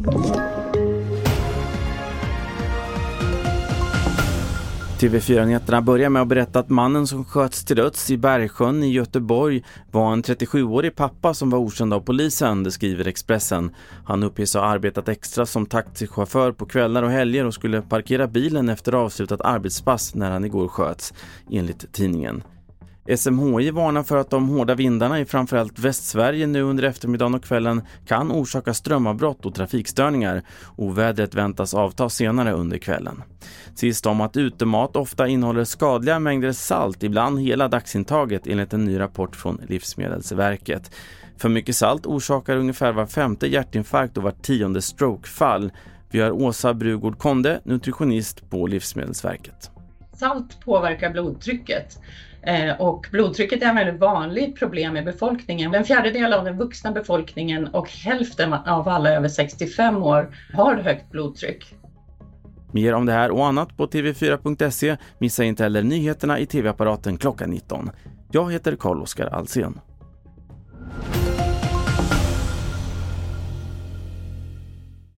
TV4-nyheterna börjar med att berätta att mannen som sköts till döds i Bergsjön i Göteborg var en 37-årig pappa som var okänd av polisen, det skriver Expressen. Han uppges ha arbetat extra som taxichaufför på kvällar och helger och skulle parkera bilen efter avslutat arbetspass när han igår sköts, enligt tidningen. SMHI varnar för att de hårda vindarna i framförallt Västsverige nu under eftermiddagen och kvällen kan orsaka strömavbrott och trafikstörningar. Ovädret väntas avta senare under kvällen. Sist om att utemat ofta innehåller skadliga mängder salt, ibland hela dagsintaget, enligt en ny rapport från Livsmedelsverket. För mycket salt orsakar ungefär var 5:e hjärtinfarkt och var 10:e strokefall. Vi har Åsa Brugård Konde, nutritionist på Livsmedelsverket. Salt påverkar blodtrycket. Och blodtrycket är ett väldigt vanligt problem i befolkningen. En fjärdedel av den vuxna befolkningen och hälften av alla över 65 år har högt blodtryck. Mer om det här och annat på tv4.se. Missa inte heller nyheterna i tv-apparaten klockan 19. Jag heter Carl-Oskar Alsen.